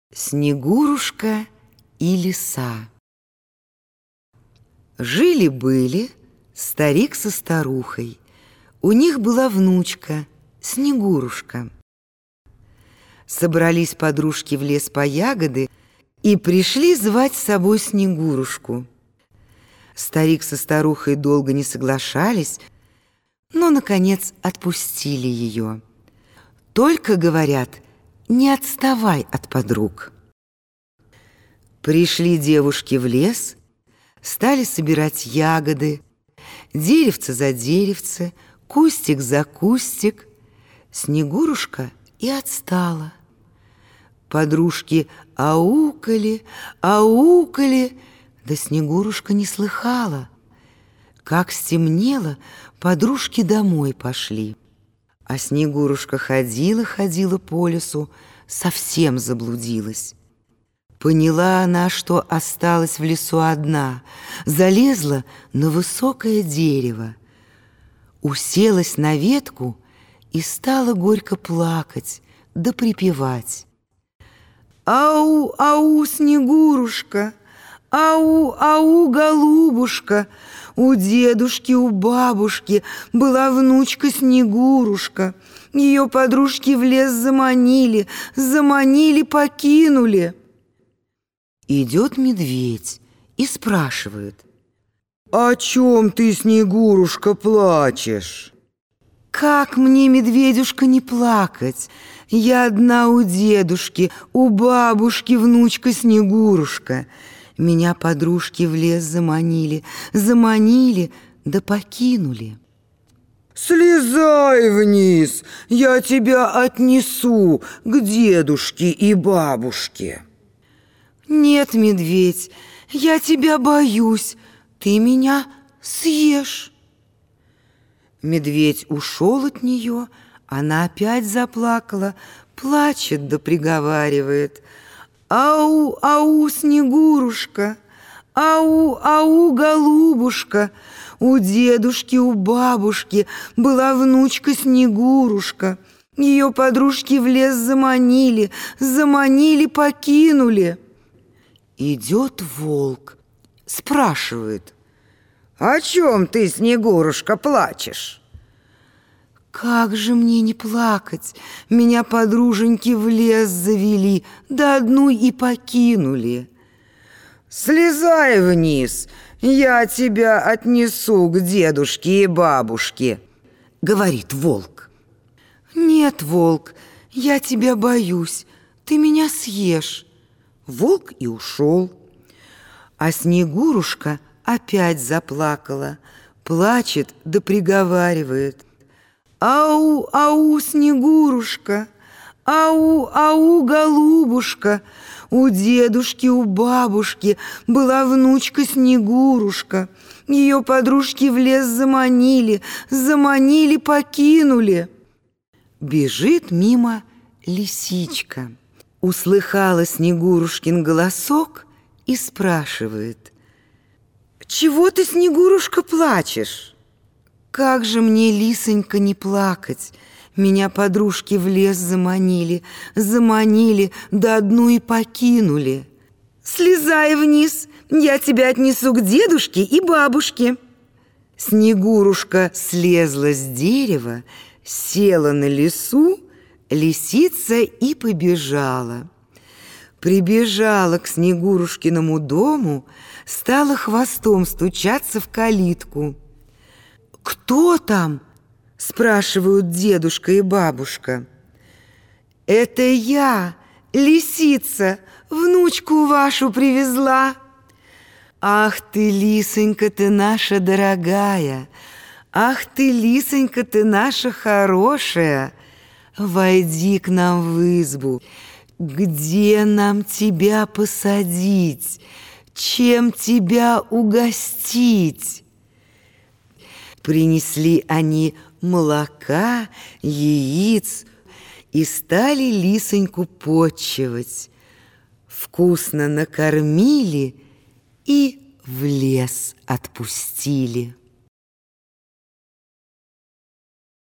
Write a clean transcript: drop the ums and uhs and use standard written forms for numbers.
Снегурушка и лиса. Жили-были старик со старухой. У них была внучка, Снегурушка. Собрались подружки в лес по ягоды и пришли звать с собой Снегурушку. Старик со старухой долго не соглашались, но, наконец, отпустили ее. Только, говорят, не отставай от подруг. Пришли девушки в лес, стали собирать ягоды, деревце за деревце, кустик за кустик. Снегурушка и отстала. Подружки аукали, аукали, да Снегурушка не слыхала. Как стемнело, подружки домой пошли. А Снегурушка ходила по лесу, совсем заблудилась. Поняла она, что осталась в лесу одна, залезла на высокое дерево, уселась на ветку и стала горько плакать да припевать. «Ау, ау, Снегурушка! Ау, ау, голубушка! У дедушки, у бабушки была внучка Снегурушка. Ее подружки в лес заманили, заманили, покинули». Идет медведь и спрашивает: «О чем ты, Снегурушка, плачешь?» «Как мне, медведюшка, не плакать? Я одна у дедушки, у бабушки внучка Снегурушка. Меня подружки в лес заманили, заманили, да покинули». «Слезай вниз, я тебя отнесу к дедушке и бабушке». «Нет, медведь, я тебя боюсь, ты меня съешь». Медведь ушел от нее, она опять заплакала, плачет да приговаривает: «Ау, ау, Снегурушка! Ау, ау, голубушка! У дедушки, у бабушки была внучка Снегурушка. Ее подружки в лес заманили, заманили, покинули». Идет волк, спрашивает: «О чем ты, Снегурушка, плачешь?» «Как же мне не плакать? Меня подруженьки в лес завели, да одну и покинули». «Слезай вниз, я тебя отнесу к дедушке и бабушке», — говорит волк. «Нет, волк, я тебя боюсь, ты меня съешь». Волк и ушел. А Снегурушка опять заплакала, плачет да приговаривает: «Ау, ау, Снегурушка! Ау, ау, голубушка! У дедушки, у бабушки была внучка Снегурушка. Ее подружки в лес заманили, заманили, покинули». Бежит мимо лисичка. Услыхала Снегурушкин голосок и спрашивает: «Чего ты, Снегурушка, плачешь?» «Как же мне, лисонька, не плакать? Меня подружки в лес заманили, заманили, да одну и покинули». «Слезай вниз, я тебя отнесу к дедушке и бабушке». Снегурушка слезла с дерева, села на лесу, лисица и побежала. Прибежала к Снегурушкиному дому, стала хвостом стучаться в калитку. «Кто там?» — спрашивают дедушка и бабушка. «Это я, лисица, внучку вашу привезла». «Ах ты, лисонька, ты наша дорогая! Ах ты, лисонька, ты наша хорошая! Войди к нам в избу. Где нам тебя посадить? Чем тебя угостить?» Принесли они молока, яиц и стали лисоньку потчевать. Вкусно накормили и в лес отпустили.